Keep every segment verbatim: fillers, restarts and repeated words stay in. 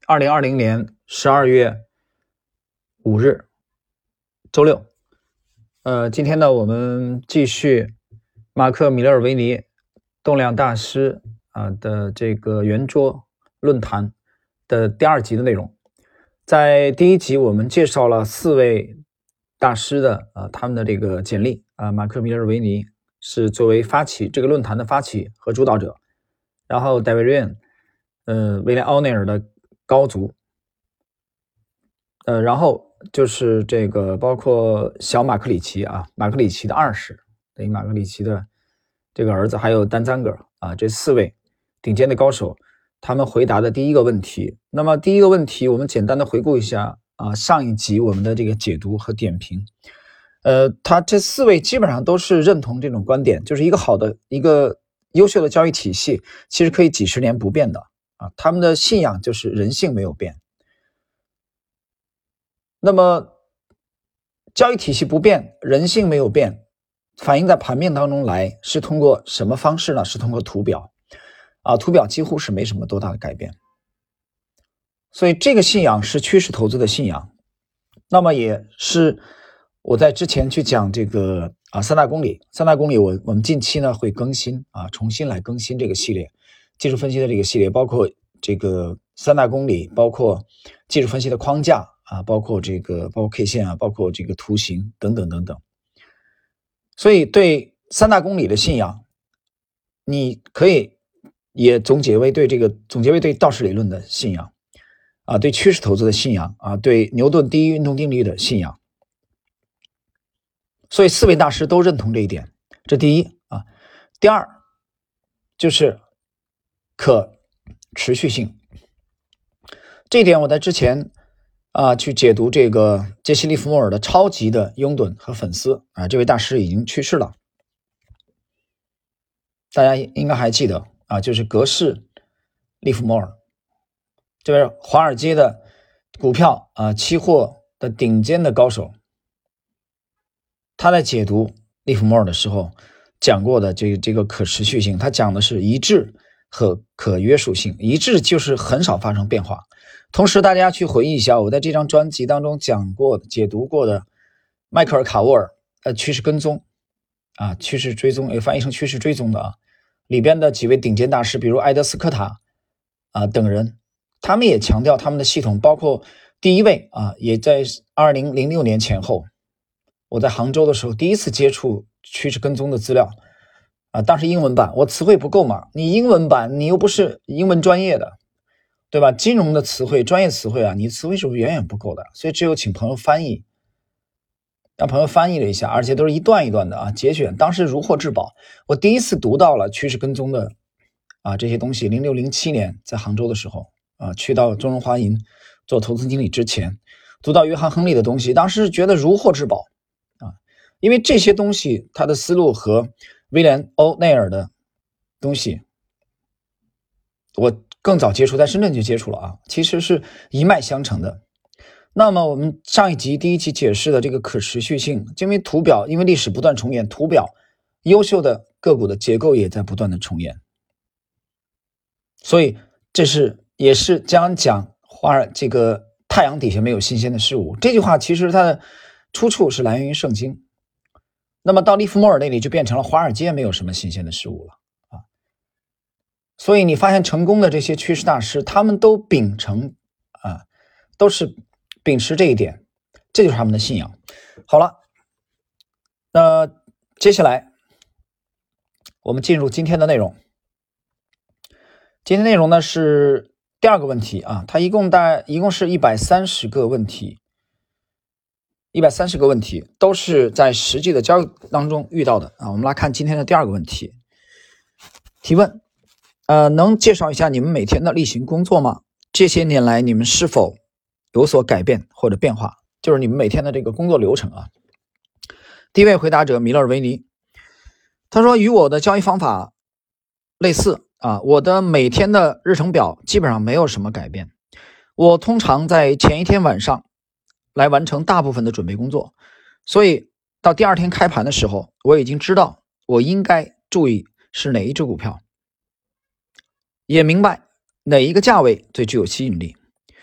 二零二零年十二月五日周六。呃，今天呢，我们继续马克·米勒尔维尼动量大师啊的这个圆桌论坛的第二集的内容。在第一集我们介绍了四位大师的啊他们的这个简历啊，马克·米勒尔维尼是作为发起这个论坛的发起和主导者，然后戴维·瑞恩，呃，威廉·奥内尔的高足，呃，然后就是这个包括小马克里奇啊，马克里奇的二世，等于马克里奇的这个儿子，还有丹赞格啊，这四位顶尖的高手，他们回答的第一个问题。那么第一个问题，我们简单的回顾一下啊，上一集我们的这个解读和点评。呃，他这四位基本上都是认同这种观点，就是一个好的、一个优秀的教育体系，其实可以几十年不变的啊。他们的信仰就是人性没有变。那么教育体系不变，人性没有变，反映在盘面当中来，是通过什么方式呢？是通过图表啊，图表几乎是没什么多大的改变。所以这个信仰是趋势投资的信仰，那么也是我在之前去讲这个啊三大公理，三大公理我我们近期呢会更新啊，重新来更新这个系列，技术分析的这个系列，包括这个三大公理，包括技术分析的框架啊，包括这个包括 K 线啊，包括这个图形等等等等。所以对三大公理的信仰，你可以也总结为对这个总结为对道氏理论的信仰啊，对趋势投资的信仰啊，对牛顿第一运动定律的信仰。所以四位大师都认同这一点，这第一啊。第二就是可持续性，这一点我在之前啊去解读这个杰西·利弗莫尔的超级的拥趸和粉丝啊，这位大师已经去世了，大家应该还记得啊，就是格式·利弗莫尔，这位华尔街的股票啊期货的顶尖的高手。他在解读利弗莫尔的时候讲过的这个这个可持续性，他讲的是一致和可约束性。一致就是很少发生变化。同时大家去回忆一下我在这张专辑当中讲过的解读过的迈克尔·卡沃尔呃趋势跟踪啊，趋势追踪也翻译成趋势追踪的啊，里边的几位顶尖大师，比如埃德斯科塔啊等人，他们也强调他们的系统，包括第一位啊，也在二零零六年前后，我在杭州的时候第一次接触趋势跟踪的资料啊，当时英文版，我词汇不够嘛，你英文版你又不是英文专业的，对吧？金融的词汇、专业词汇啊，你词汇是远远不够的，所以只有请朋友翻译，让朋友翻译了一下，而且都是一段一段的啊，节选，当时如获至宝。我第一次读到了趋势跟踪的啊这些东西，零六零七年在杭州的时候啊，去到中融华银做投资经理之前，读到约翰亨利的东西，当时觉得如获至宝。因为这些东西他的思路和威廉·欧内尔的东西我更早接触，在深圳就接触了啊，其实是一脉相承的。那么我们上一集第一期解释的这个可持续性，因为图表因为历史不断重演，图表优秀的个股的结构也在不断的重演，所以这是也是将讲华尔这个太阳底下没有新鲜的事物，这句话其实它的出处是来源于圣经。那么到利弗莫尔那里就变成了华尔街没有什么新鲜的事物了啊！所以你发现成功的这些趋势大师，他们都秉承啊，都是秉持这一点，这就是他们的信仰。好了，那接下来我们进入今天的内容。今天内容呢是第二个问题啊，它一共大一共是一百三十个问题。一百三十个问题都是在实际的交易当中遇到的啊。我们来看今天的第二个问题。提问，呃，能介绍一下你们每天的例行工作吗？这些年来你们是否有所改变或者变化？就是你们每天的这个工作流程啊。第一位回答者米勒尔维尼，他说与我的交易方法类似啊，我的每天的日程表基本上没有什么改变。我通常在前一天晚上来完成大部分的准备工作，所以到第二天开盘的时候，我已经知道我应该注意是哪一只股票，也明白哪一个价位最具有吸引力。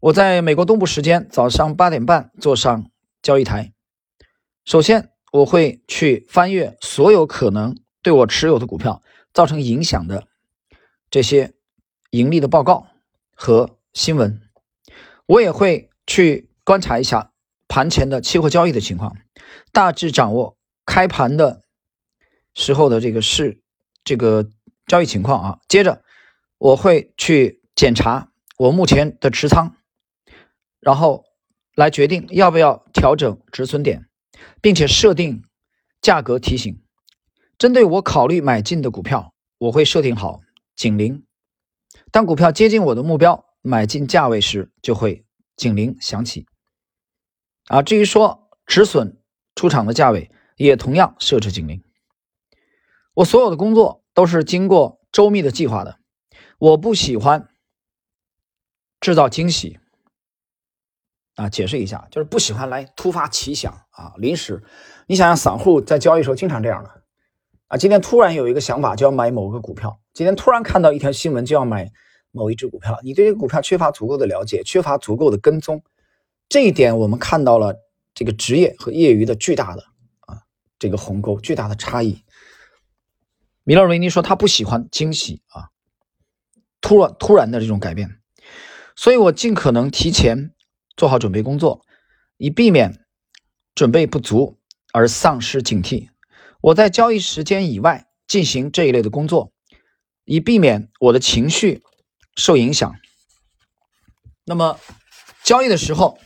我在美国东部时间早上八点半坐上交易台，首先我会去翻阅所有可能对我持有的股票造成影响的这些盈利的报告和新闻，我也会去观察一下盘前的期货交易的情况，大致掌握开盘的时候的这个是这个交易情况啊。接着我会去检查我目前的持仓，然后来决定要不要调整止损点，并且设定价格提醒。针对我考虑买进的股票，我会设定好警铃，当股票接近我的目标买进价位时，就会警铃响起。啊，至于说止损出场的价位，也同样设置警铃。我所有的工作都是经过周密的计划的，我不喜欢制造惊喜。啊，解释一下，就是不喜欢来突发奇想啊，临时。你想想，散户在交易的时候经常这样的啊，今天突然有一个想法就要买某个股票，今天突然看到一条新闻就要买某一只股票，你对这个股票缺乏足够的了解，缺乏足够的跟踪，这一点我们看到了这个职业和业余的巨大的啊这个鸿沟，巨大的差异。米勒维尼说他不喜欢惊喜啊，突然突然的这种改变，所以我尽可能提前做好准备工作，以避免准备不足而丧失警惕。我在交易时间以外进行这一类的工作，以避免我的情绪受影响。那么交易的时候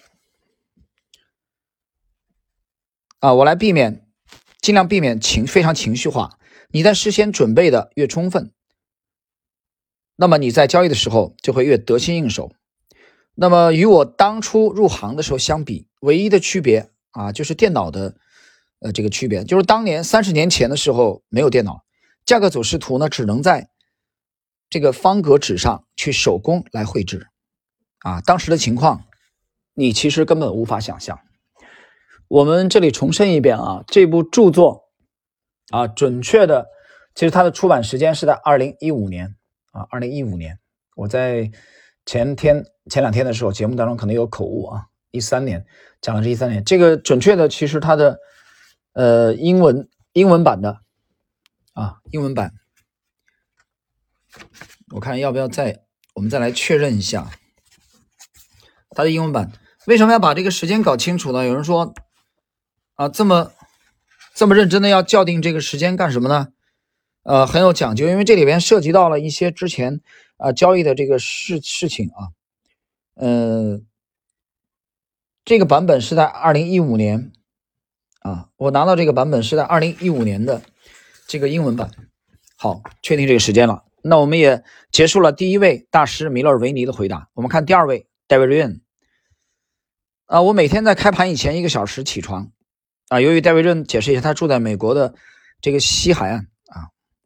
啊，我来避免尽量避免情非常情绪化。你在事先准备的越充分，那么你在交易的时候就会越得心应手。那么与我当初入行的时候相比，唯一的区别啊，就是电脑的呃这个区别，就是当年三十年前的时候没有电脑，价格走势图呢只能在这个方格纸上去手工来绘制啊，当时的情况你其实根本无法想象。我们这里重申一遍啊，这部著作啊，准确的其实它的出版时间是在二零一五年啊，二零一五年。我在前天前两天的时候节目当中可能有口误啊，一三年讲的是一三年，这个准确的其实它的呃英文英文版的啊英文版，我看要不要再我们再来确认一下它的英文版。为什么要把这个时间搞清楚呢？有人说啊，这么这么认真的要校定这个时间干什么呢？呃，很有讲究，因为这里边涉及到了一些之前啊、呃、交易的这个事事情啊。嗯、呃，这个版本是在二零一五年啊，我拿到这个版本是在二零一五年的这个英文版。好，确定这个时间了。那我们也结束了第一位大师米勒尔维尼的回答。我们看第二位 David Ryan。啊，我每天在开盘以前一个小时起床啊，由于 David Ryan 解释一下，他住在美国的这个西海岸啊。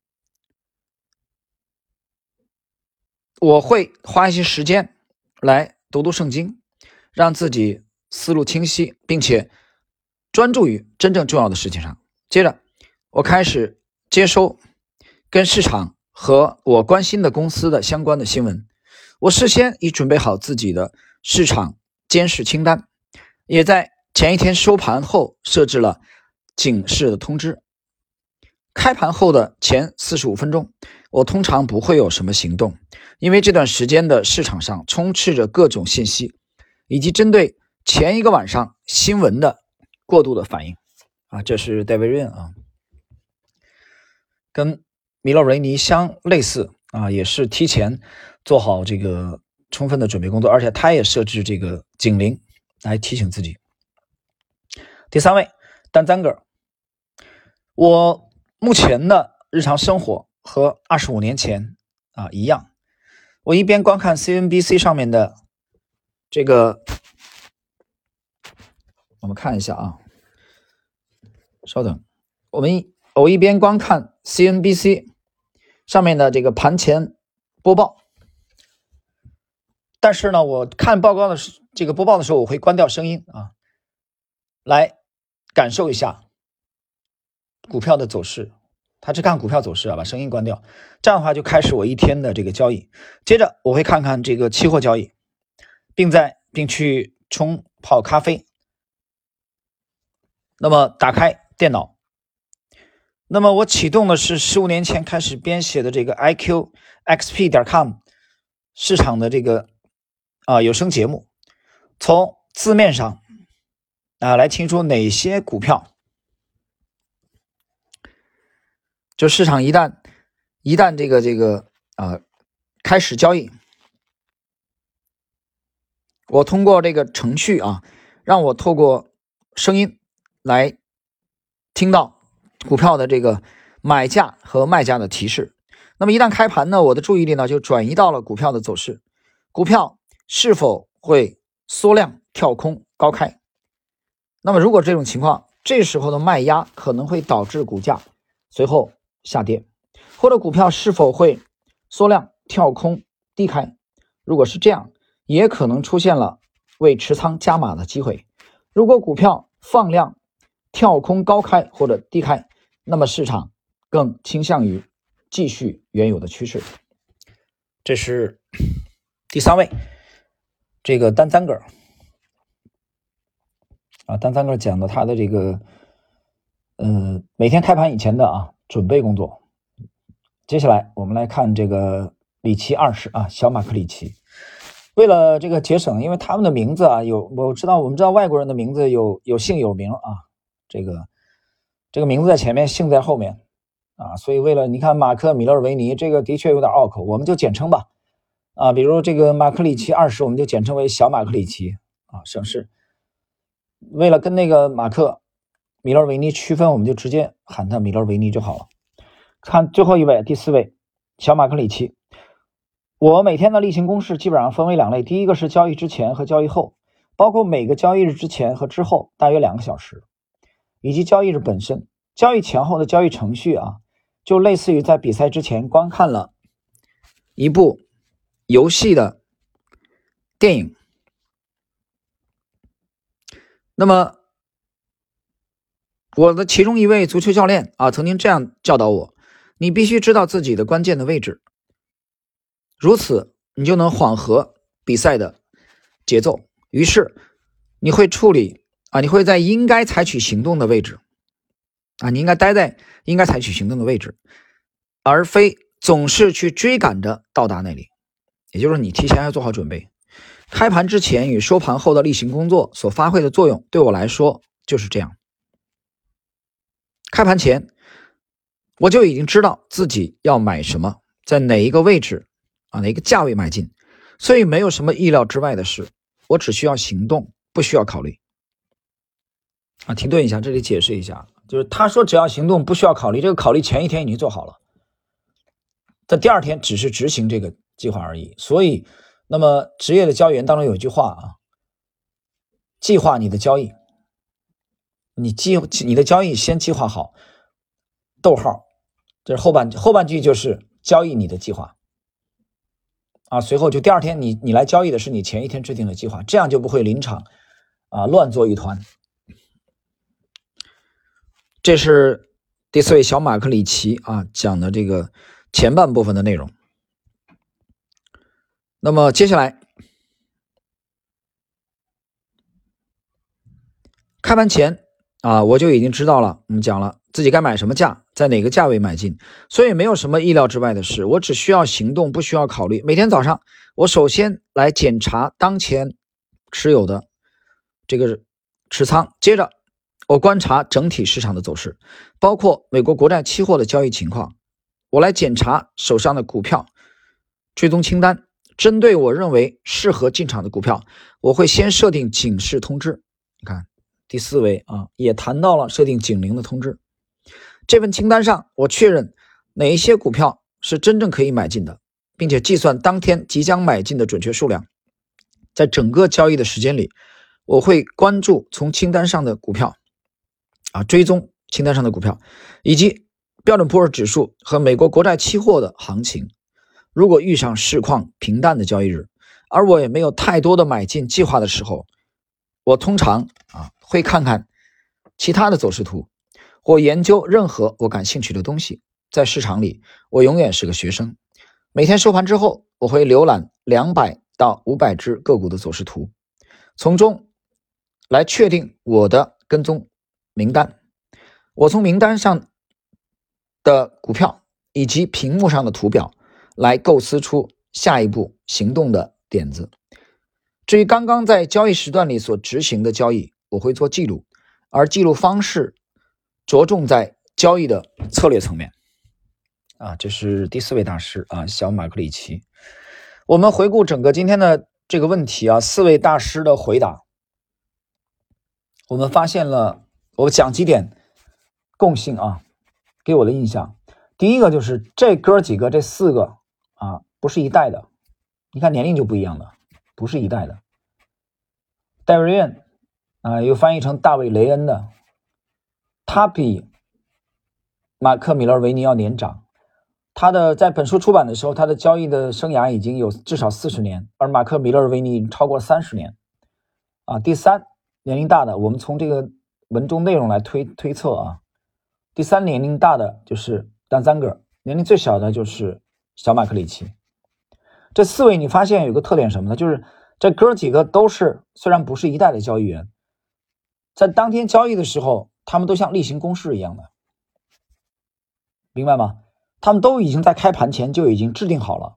我会花一些时间来读读圣经，让自己思路清晰，并且专注于真正重要的事情上。接着我开始接收跟市场和我关心的公司的相关的新闻，我事先已准备好自己的市场监视清单，也在前一天收盘后设置了警示的通知。开盘后的前四十五分钟，我通常不会有什么行动，因为这段时间的市场上充斥着各种信息，以及针对前一个晚上新闻的过度的反应啊，这是 David Ryan 啊，跟米勒维尼相类似啊，也是提前做好这个充分的准备工作，而且他也设置这个警铃来提醒自己。第三位Dan Zanger， 我目前的日常生活和二十五年前啊一样，我一边观看 C N B C 上面的这个，我们看一下啊，稍等，我们我一边观看 C N B C 上面的这个盘前播报，但是呢，我看报告的这个播报的时候，我会关掉声音啊，来感受一下股票的走势。他只看股票走势啊，把声音关掉，这样的话就开始我一天的这个交易。接着我会看看这个期货交易，并在并去冲泡咖啡。那么打开电脑，那么我启动的是十五年前开始编写的这个 I Q X P 点 com 市场的这个啊有声节目，从字面上啊来听出哪些股票，就市场一旦一旦这个这个啊开始交易，我通过这个程序啊，让我透过声音来听到股票的这个买价和卖价的提示。那么一旦开盘呢，我的注意力呢就转移到了股票的走势，股票是否会缩量跳空高开。那么如果这种情况，这时候的卖压可能会导致股价随后下跌，或者股票是否会缩量跳空低开，如果是这样，也可能出现了为持仓加码的机会。如果股票放量跳空高开或者低开，那么市场更倾向于继续原有的趋势。这是第三位，这个丹赞格啊，丹赞格讲的他的这个呃每天开盘以前的啊准备工作。接下来我们来看这个里奇二世啊，小马克里奇。为了这个节省，因为他们的名字啊有我知道我们知道外国人的名字有有姓有名啊，这个这个名字在前面，姓在后面啊，所以为了你看马克米勒维尼这个的确有点拗口，我们就简称吧啊，比如这个马克里奇二世，我们就简称为小马克里奇啊，省事。为了跟那个马克米勒维尼区分，我们就直接喊他米勒维尼就好了。看最后一位，第四位，小马克里奇。我每天的例行公事基本上分为两类，第一个是交易之前和交易后，包括每个交易日之前和之后大约两个小时，以及交易日本身。交易前后的交易程序啊，就类似于在比赛之前观看了一部游戏的电影。那么我的其中一位足球教练啊，曾经这样教导我：你必须知道自己的关键的位置，如此你就能缓和比赛的节奏。于是你会处理啊，你会在应该采取行动的位置啊，你应该待在应该采取行动的位置，而非总是去追赶着到达那里。也就是你提前要做好准备。开盘之前与收盘后的例行工作所发挥的作用，对我来说就是这样。开盘前我就已经知道自己要买什么，在哪一个位置啊，哪一个价位买进，所以没有什么意料之外的事，我只需要行动，不需要考虑。啊，停顿一下，这里解释一下，就是他说只要行动，不需要考虑，这个考虑前一天已经做好了，在第二天只是执行这个计划而已。所以那么职业的交易员当中有一句话啊，计划你的交易，你计你的交易先计划好，逗号，这是后半后半句就是交易你的计划啊，随后就第二天你你来交易的是你前一天制定的计划，这样就不会临场啊乱作一团。这是第四位小马克里奇啊讲的这个前半部分的内容。那么接下来开盘前啊，我就已经知道了，我们讲了自己该买什么价，在哪个价位买进，所以没有什么意料之外的事，我只需要行动，不需要考虑。每天早上我首先来检查当前持有的这个持仓，接着我观察整体市场的走势，包括美国国债期货的交易情况，我来检查手上的股票追踪清单，针对我认为适合进场的股票，我会先设定警示通知。你看第四位啊，也谈到了设定警铃的通知。这份清单上我确认哪一些股票是真正可以买进的，并且计算当天即将买进的准确数量。在整个交易的时间里，我会关注从清单上的股票啊，追踪清单上的股票，以及标准普尔指数和美国国债期货的行情。如果遇上市况平淡的交易日，而我也没有太多的买进计划的时候，我通常啊会看看其他的走势图，或研究任何我感兴趣的东西。在市场里，我永远是个学生。每天收盘之后，我会浏览两百到五百只个股的走势图， 从中来确定我的跟踪名单。我从名单上的股票以及屏幕上的图表来构思出下一步行动的点子。至于刚刚在交易时段里所执行的交易，我会做记录，而记录方式着重在交易的策略层面。啊，这是第四位大师啊，小马克里奇。我们回顾整个今天的这个问题啊，四位大师的回答，我们发现了，我讲几点共性啊，给我的印象。第一个就是这哥几个这四个啊，不是一代的，你看年龄就不一样了，不是一代的。戴维·恩啊，又翻译成大卫·雷恩的，他比马克·米勒维尼要年长。他的在本书出版的时候，他的交易的生涯已经有至少四十年，而马克·米勒维尼超过三十年。啊，第三，年龄大的，我们从这个文中内容来推推测啊，第三年龄大的就是Dan Zanger，年龄最小的就是小马克里奇。这四位你发现有个特点什么呢？就是这哥几个都是虽然不是一代的交易员，在当天交易的时候，他们都像例行公事一样的，明白吗？他们都已经在开盘前就已经制定好了，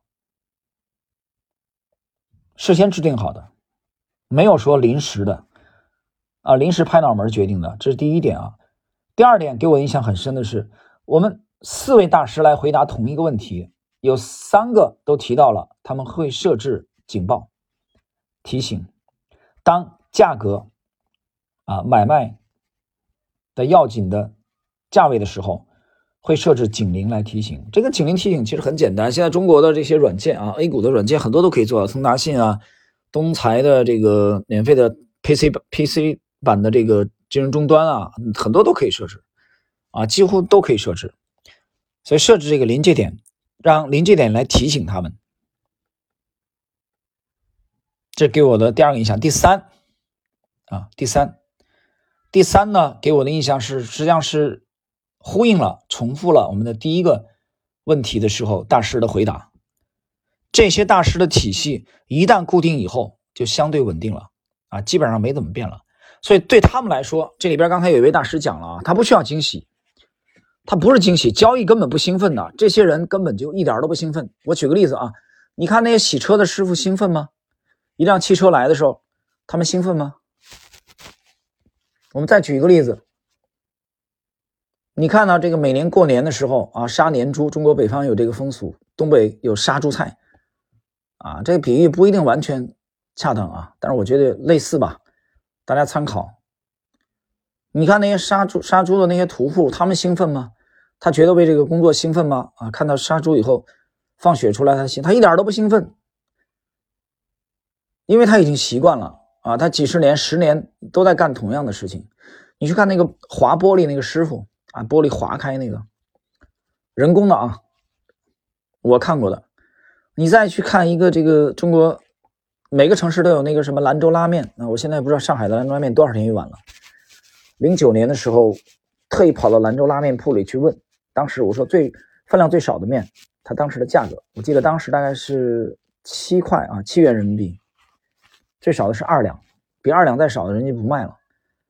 事先制定好的，没有说临时的啊，临时拍脑门决定的，这是第一点啊。第二点给我印象很深的是，我们四位大师来回答同一个问题，有三个都提到了他们会设置警报提醒，当价格啊买卖的要紧的价位的时候，会设置警铃来提醒。这个警铃提醒其实很简单，现在中国的这些软件啊 A 股的软件很多都可以做到，通达信啊，东财的这个免费的 P C P C 版的这个金融终端啊，很多都可以设置啊，几乎都可以设置。所以设置这个临界点，让临界点来提醒他们，这给我的第二个印象。第三啊，第三第三呢，给我的印象是实际上是呼应了重复了我们的第一个问题的时候大师的回答。这些大师的体系一旦固定以后就相对稳定了啊，基本上没怎么变了。所以对他们来说，这里边刚才有一位大师讲了啊，他不需要惊喜，他不是惊喜，交易根本不兴奋的，这些人根本就一点都不兴奋。我举个例子啊，你看那些洗车的师傅兴奋吗？一辆汽车来的时候他们兴奋吗？我们再举一个例子，你看到这个每年过年的时候啊，杀年猪，中国北方有这个风俗，东北有杀猪菜啊，这个比喻不一定完全恰当啊，但是我觉得类似吧，大家参考。你看那些杀猪杀猪的那些屠户，他们兴奋吗？他觉得为这个工作兴奋吗？啊，看到杀猪以后放血出来他兴，他一点都不兴奋，因为他已经习惯了啊，他几十年十年都在干同样的事情。你去看那个划玻璃那个师傅啊，玻璃划开那个人工的啊，我看过的。你再去看一个这个中国每个城市都有那个什么兰州拉面啊，我现在不知道上海的兰州拉面多少天一碗了。零九年的时候特意跑到兰州拉面铺里去问，当时我说最分量最少的面，它当时的价格我记得当时大概是七块啊，七元人民币，最少的是二两，比二两再少的人家不卖了。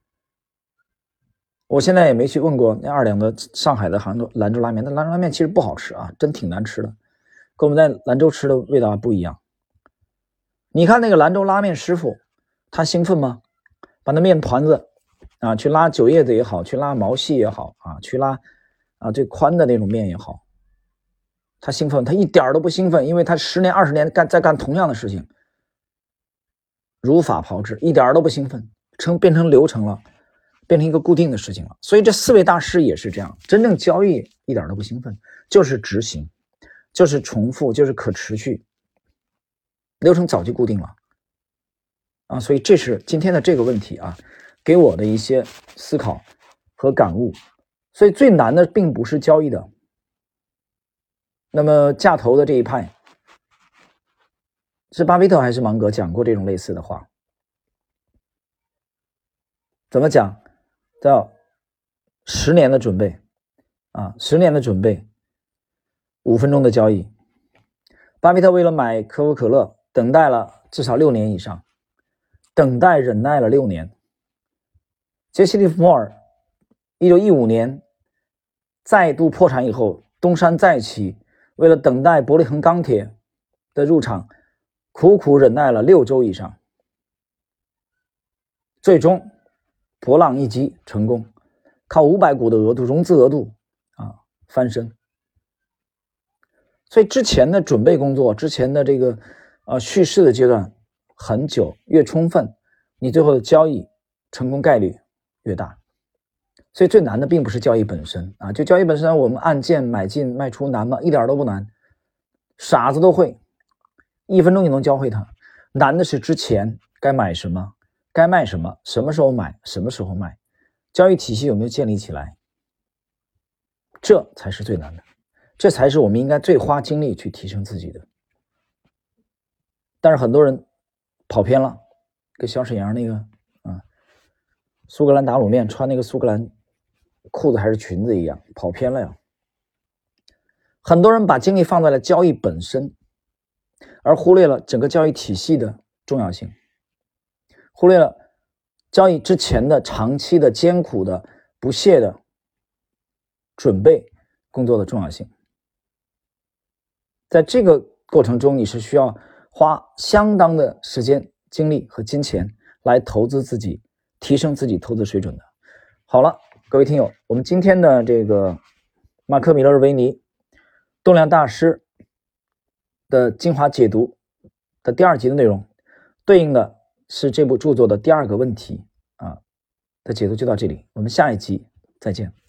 我现在也没去问过那二两的上海的杭州兰州拉面，那兰州拉面其实不好吃啊，真挺难吃的，跟我们在兰州吃的味道还不一样。你看那个兰州拉面师傅他兴奋吗？把那面团子啊去拉九叶子也好，去拉毛细也好啊，去拉啊最宽的那种面也好，他兴奋？他一点都不兴奋，因为他十年二十年干在干同样的事情，如法炮制，一点都不兴奋，成变成流程了，变成一个固定的事情了。所以这四位大师也是这样，真正交易一点都不兴奋，就是执行，就是重复，就是可持续，流程早就固定了啊。所以这是今天的这个问题啊，给我的一些思考和感悟。所以最难的并不是交易的，那么价投的这一派是巴菲特还是芒格讲过这种类似的话？怎么讲？叫十年的准备啊，十年的准备，五分钟的交易。巴菲特为了买可口可乐，等待了至少六年以上。 等待忍耐了六年。杰西·利弗莫尔一九一五年再度破产以后，东山再起，为了等待伯利恒钢铁的入场，苦苦忍耐了六周以上，最终博浪一击成功，靠五百股的额度融资额度啊翻身。所以之前的准备工作，之前的这个呃蓄势的阶段很久，越充分，你最后的交易成功概率越大。所以最难的并不是交易本身啊，就交易本身，我们按键买进卖出难吗？一点都不难，傻子都会，一分钟就能教会他。难的是之前该买什么，该卖什么，什么时候买，什么时候卖，交易体系有没有建立起来，这才是最难的，这才是我们应该最花精力去提升自己的。但是很多人跑偏了，跟小沈阳那个啊，苏格兰打卤面穿那个苏格兰裤子还是裙子一样，跑偏了呀。很多人把精力放在了交易本身，而忽略了整个交易体系的重要性，忽略了交易之前的长期的艰苦的不懈的准备工作的重要性。在这个过程中，你是需要花相当的时间、精力和金钱来投资自己，提升自己投资水准的。好了，各位听友，我们今天的这个马克·米勒维尼动量大师的精华解读的第二集的内容，对应的是这部著作的第二个问题啊的解读就到这里，我们下一集再见。